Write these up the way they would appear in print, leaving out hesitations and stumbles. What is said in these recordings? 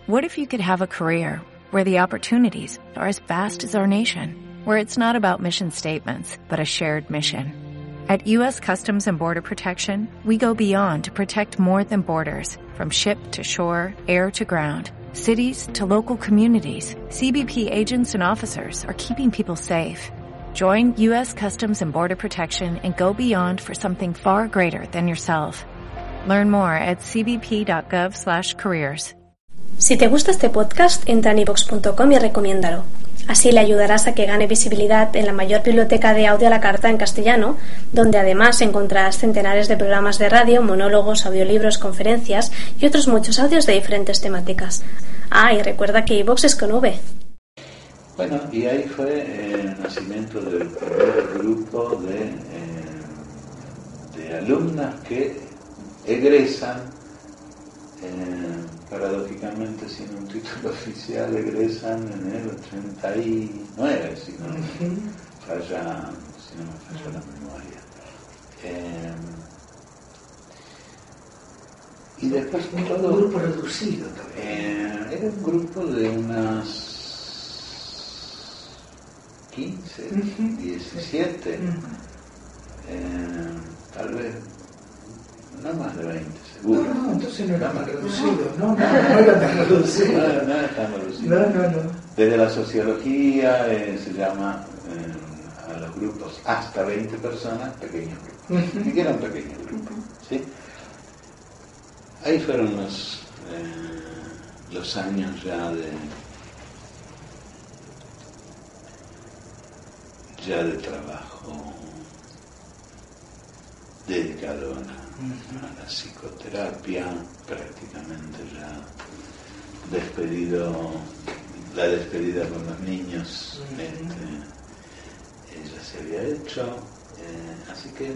What if you could have a career where the opportunities are as vast as our nation, where it's not about mission statements, but a shared mission? At U.S. Customs and Border Protection, we go beyond to protect more than borders, from ship to shore, air to ground, cities to local communities. CBP agents and officers are keeping people safe. Join U.S. Customs and Border Protection and go beyond for something far greater than yourself. Learn more at cbp.gov/careers. Si te gusta este podcast, entra en iVoox.com y recomiéndalo. Así le ayudarás a que gane visibilidad en la mayor biblioteca de audio a la carta en castellano, donde además encontrarás centenares de programas de radio, monólogos, audiolibros, conferencias y otros muchos audios de diferentes temáticas. Y recuerda que iVoox es con V. Bueno, y ahí fue el nacimiento del primer grupo de alumnas que egresan, paradójicamente sin un título oficial, egresan en el 89, si no me falla la memoria. Y después todo un grupo reducido también. Era un grupo de unas 15, 17, tal vez no más de 20, seguro. No, entonces no era tan reducido. No era tan reducido. No era tan reducido. No. Desde la sociología se llama a los grupos hasta 20 personas pequeños grupos. Y que eran pequeños grupos, ¿sí? Ahí fueron los años ya de trabajo dedicado a la psicoterapia, prácticamente ya la despedida con los niños, ella se había hecho, así que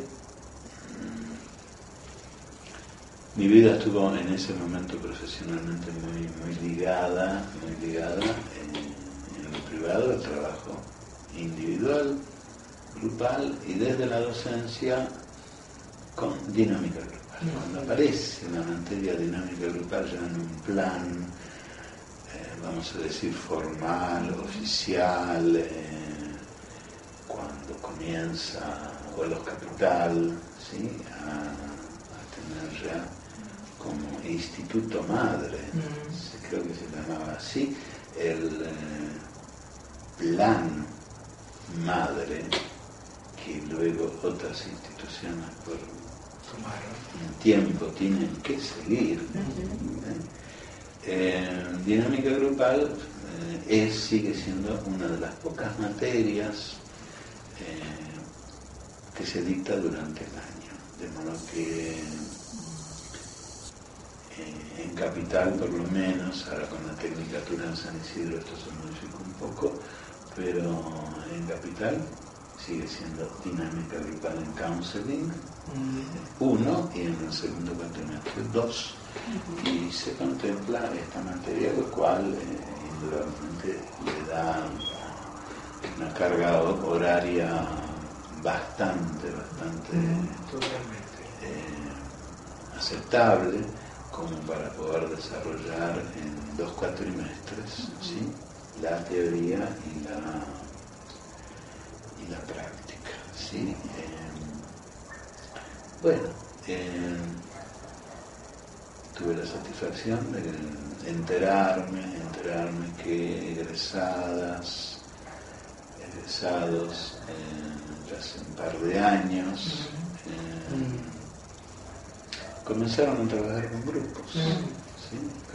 mi vida estuvo en ese momento profesionalmente muy ligada en lo privado, el trabajo individual, grupal y desde la docencia con dinámica grupal. Cuando aparece una materia dinámica grupal ya en un plan, vamos a decir, formal, oficial, cuando comienza Vuelos Capital, ¿sí? a tener ya como instituto madre, creo que se llamaba así, el plan madre que luego otras instituciones por un tiempo tienen que seguir. Dinámica grupal sigue siendo una de las pocas materias que se dicta durante el año, de modo que en Capital por lo menos, ahora con la tecnicatura en San Isidro esto se modificó un poco, pero en Capital sigue siendo dinámica grupal en counseling 1 y en el segundo cuatrimestre 2, y se contempla esta materia, lo cual indudablemente le da una carga horaria bastante aceptable como para poder desarrollar en 2 cuatrimestres, ¿sí? La teoría y la práctica, ¿sí? Tuve la satisfacción de enterarme que egresados ya hace un par de años comenzaron a trabajar con grupos, ¿sí?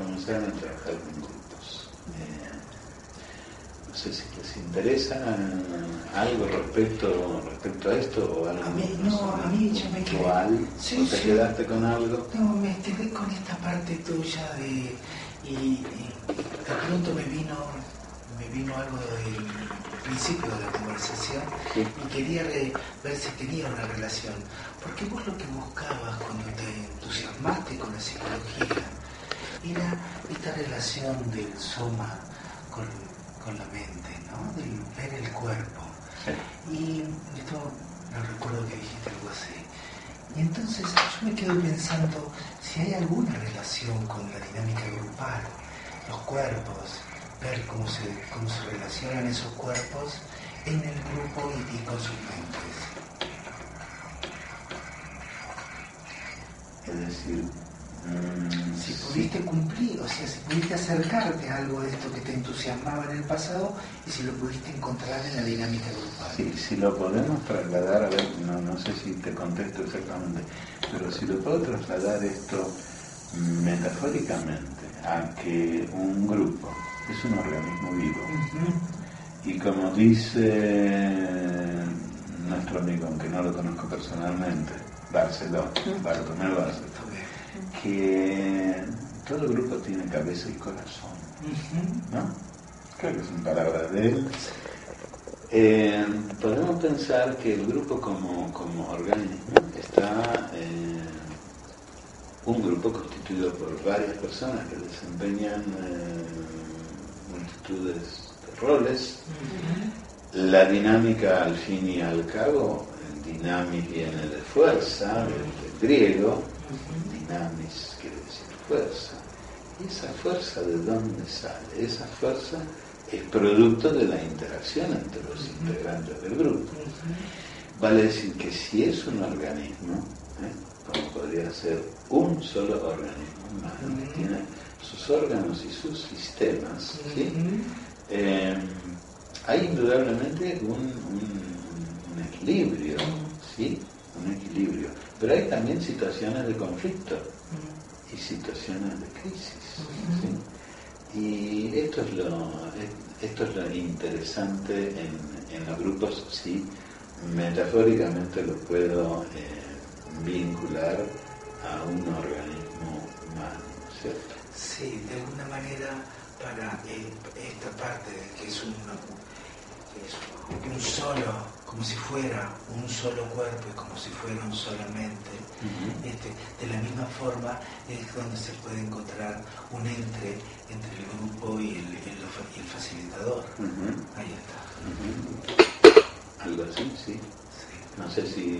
No sé si les interesa algo respecto a esto o algo a mí ya me puntual. Sí, ¿O te quedaste con algo? No, me quedé con esta parte tuya y de pronto me vino algo del principio de la conversación, sí. Y quería ver si tenía una relación, porque vos lo que buscabas cuando te entusiasmaste con la psicología era esta relación del soma con la mente, ¿no? Del ver el cuerpo. Sí. Y esto no recuerdo que dijiste algo así. Y entonces yo me quedo pensando si hay alguna relación con la dinámica grupal, los cuerpos, ver cómo se relacionan esos cuerpos en el grupo y con sus mentes. Es decir, si pudiste cumplir, o sea, si pudiste acercarte a algo de esto que te entusiasmaba en el pasado y si lo pudiste encontrar en la dinámica grupal. Sí, si lo podemos trasladar, a ver, no sé si te contesto exactamente, pero si lo puedo trasladar esto metafóricamente a que un grupo es un organismo vivo, y como dice nuestro amigo, aunque no lo conozco personalmente, Bartolomé Barceló, que todo grupo tiene cabeza y corazón, ¿no? Creo que son palabras de él. Podemos pensar que el grupo como organismo está un grupo constituido por varias personas que desempeñan multitudes de roles. La dinámica, al fin y al cabo, dinámica viene de fuerza, del griego. Dinamis quiere decir fuerza. ¿Y esa fuerza de dónde sale? Esa fuerza es producto de la interacción entre los integrantes del grupo. Vale decir que si es un organismo, como podría ser un solo organismo humano, que tiene sus órganos y sus sistemas, ¿sí? Hay indudablemente un equilibrio, ¿sí? Un equilibrio. Pero hay también situaciones de conflicto y situaciones de crisis, ¿sí? Y esto es lo interesante en los grupos, sí, metafóricamente lo puedo vincular a un organismo humano, ¿cierto? Sí, de alguna manera para esta parte que es un solo, como si fuera un solo cuerpo y como si fuera un sola mente, de la misma forma es donde se puede encontrar un entre el grupo y el facilitador. Ahí está. Algo así, sí. No sé si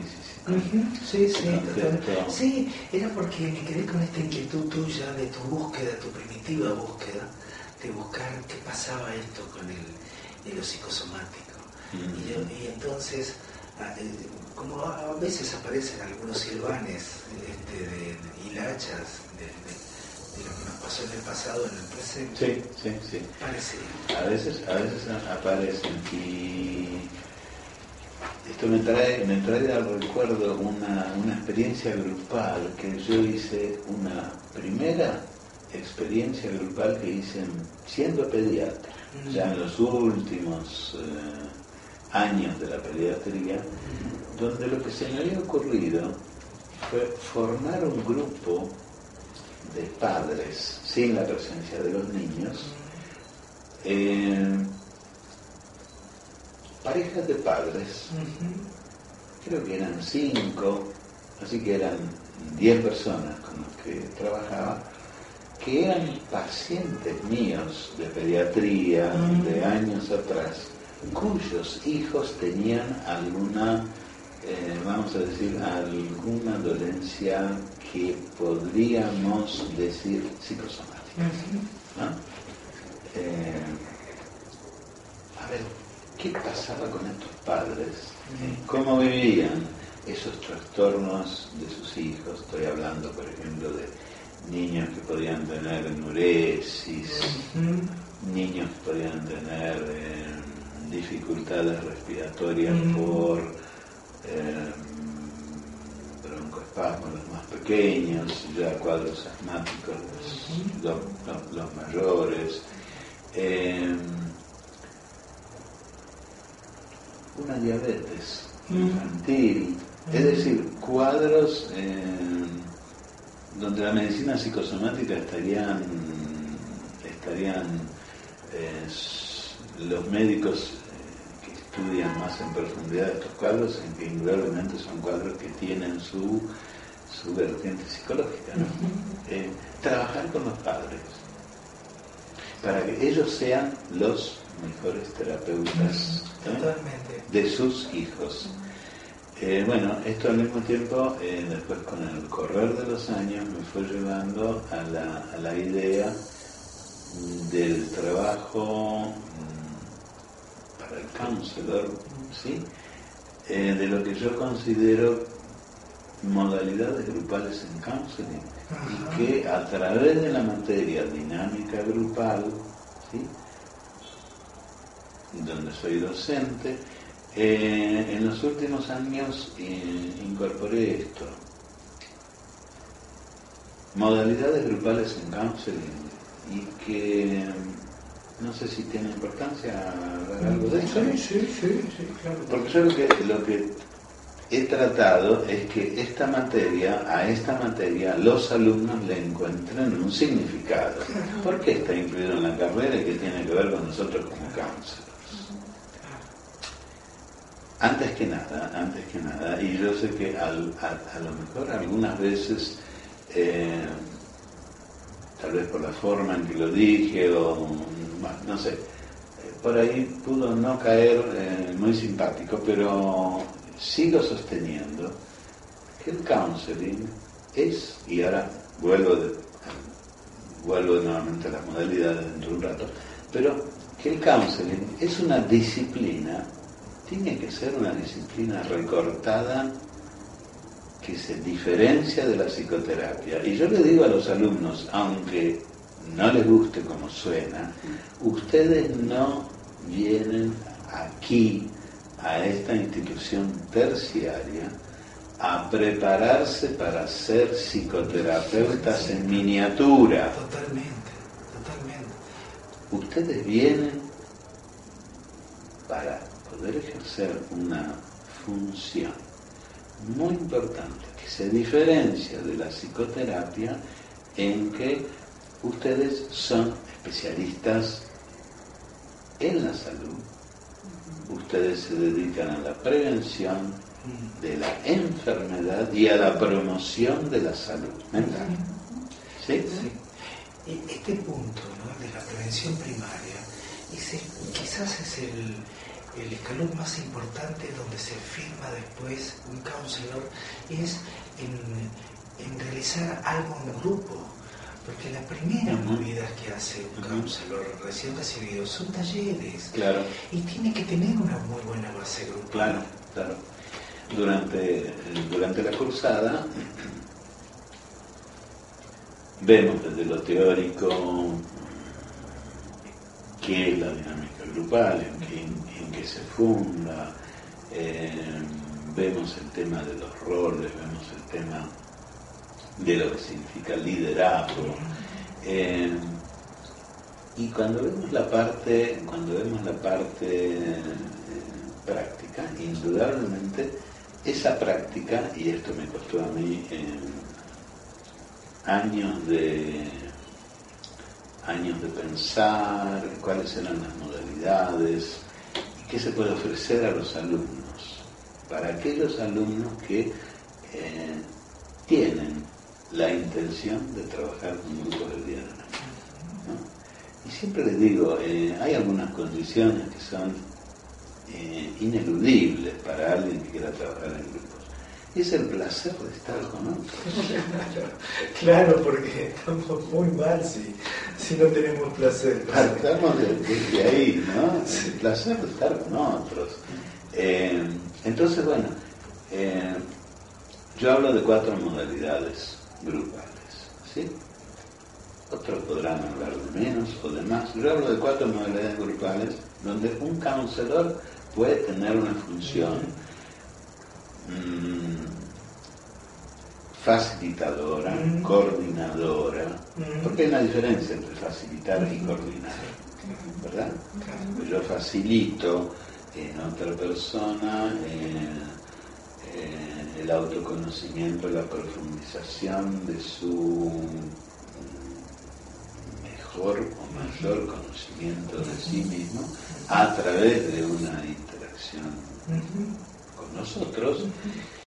Sí, era porque me quedé con esta inquietud tuya de tu búsqueda, tu primitiva búsqueda, de buscar qué pasaba esto con lo psicosomático. Y entonces, como a veces aparecen algunos silvanes de hilachas de lo que nos pasó en el pasado, en el presente. Sí. Parece. A veces aparecen, y esto me trae al recuerdo una experiencia grupal que yo hice, una primera experiencia grupal que hice siendo pediatra, ya en los últimos años de la pediatría, donde lo que se me había ocurrido fue formar un grupo de padres, sin la presencia de los niños, parejas de padres, creo que eran 5, así que eran 10 personas con las que trabajaba, que eran pacientes míos de pediatría de años atrás, cuyos hijos tenían alguna, vamos a decir, alguna dolencia que podríamos decir psicosomática, ¿no? A ver, ¿qué pasaba con estos padres? ¿Cómo vivían esos trastornos de sus hijos? Estoy hablando, por ejemplo, de niños que podían tener enuresis, niños que podían tener dificultades respiratorias por broncoespasmos, los más pequeños, ya cuadros asmáticos, los mayores, una diabetes infantil, es decir, cuadros donde la medicina psicosomática estarían los médicos que estudian más en profundidad estos cuadros, en que indudablemente son cuadros que tienen su vertiente psicológica, ¿no? Trabajar con los padres para que ellos sean los mejores terapeutas de sus hijos. Bueno, esto al mismo tiempo, después con el correr de los años, me fue llevando a la idea del trabajo para el counselor, ¿sí? De lo que yo considero modalidades grupales en counseling, y que a través de la materia dinámica grupal, ¿sí?, donde soy docente, en los últimos años incorporé esto: modalidades grupales en counseling, y que no sé si tiene importancia hablar algo de eso. Sí, claro. Porque yo lo que he tratado es que a esta materia los alumnos le encuentren un significado. ¿Por qué está incluido en la carrera y qué tiene que ver con nosotros como counselors? Antes que nada, y yo sé que a lo mejor algunas veces, tal vez por la forma en que lo dije, o bueno, no sé, por ahí pudo no caer muy simpático, pero sigo sosteniendo que el counseling es, y ahora vuelvo nuevamente a las modalidades dentro de un rato, pero que el counseling es una disciplina, tiene que ser una disciplina recortada que se diferencia de la psicoterapia. Y yo le digo a los alumnos, aunque no les guste como suena, ustedes no vienen aquí, a esta institución terciaria, a prepararse para ser psicoterapeutas en miniatura. Totalmente. Ustedes vienen para poder ejercer una función muy importante que se diferencia de la psicoterapia, en que ustedes son especialistas en la salud, ustedes se dedican a la prevención de la enfermedad y a la promoción de la salud mental. ¿Sí? Sí. Y este punto, ¿no?, de la prevención primaria, quizás es el escalón más importante donde se firma después un counselor, es en realizar algo en grupo. Porque las primeras movidas que hace un counselor recién recibido son talleres. Claro. Y tiene que tener una muy buena base grupal. Claro. Durante la cursada vemos desde lo teórico qué es la dinámica grupal, en qué se funda, vemos el tema de los roles, vemos el tema de lo que significa liderazgo, y cuando vemos la parte práctica, indudablemente esa práctica, y esto me costó a mí años de pensar cuáles eran las modalidades y qué se puede ofrecer a los alumnos, para aquellos alumnos que tienen la intención de trabajar con grupos del día de la mañana, ¿no? Y siempre les digo, hay algunas condiciones que son ineludibles para alguien que quiera trabajar en grupos. Y es el placer de estar con otros. Claro, porque estamos muy mal si no tenemos placer. Partamos desde ahí, ¿no? El placer de estar con otros. Entonces, bueno, yo hablo de 4 modalidades grupales, ¿sí? Otros podrán hablar de menos o de más. Yo hablo de 4 modalidades grupales donde un counselor puede tener una función facilitadora, coordinadora, porque hay una diferencia entre facilitar y coordinar, ¿verdad? Yo facilito en otra persona el autoconocimiento, la profundización de su mejor o mayor conocimiento de sí mismo a través de una interacción con nosotros,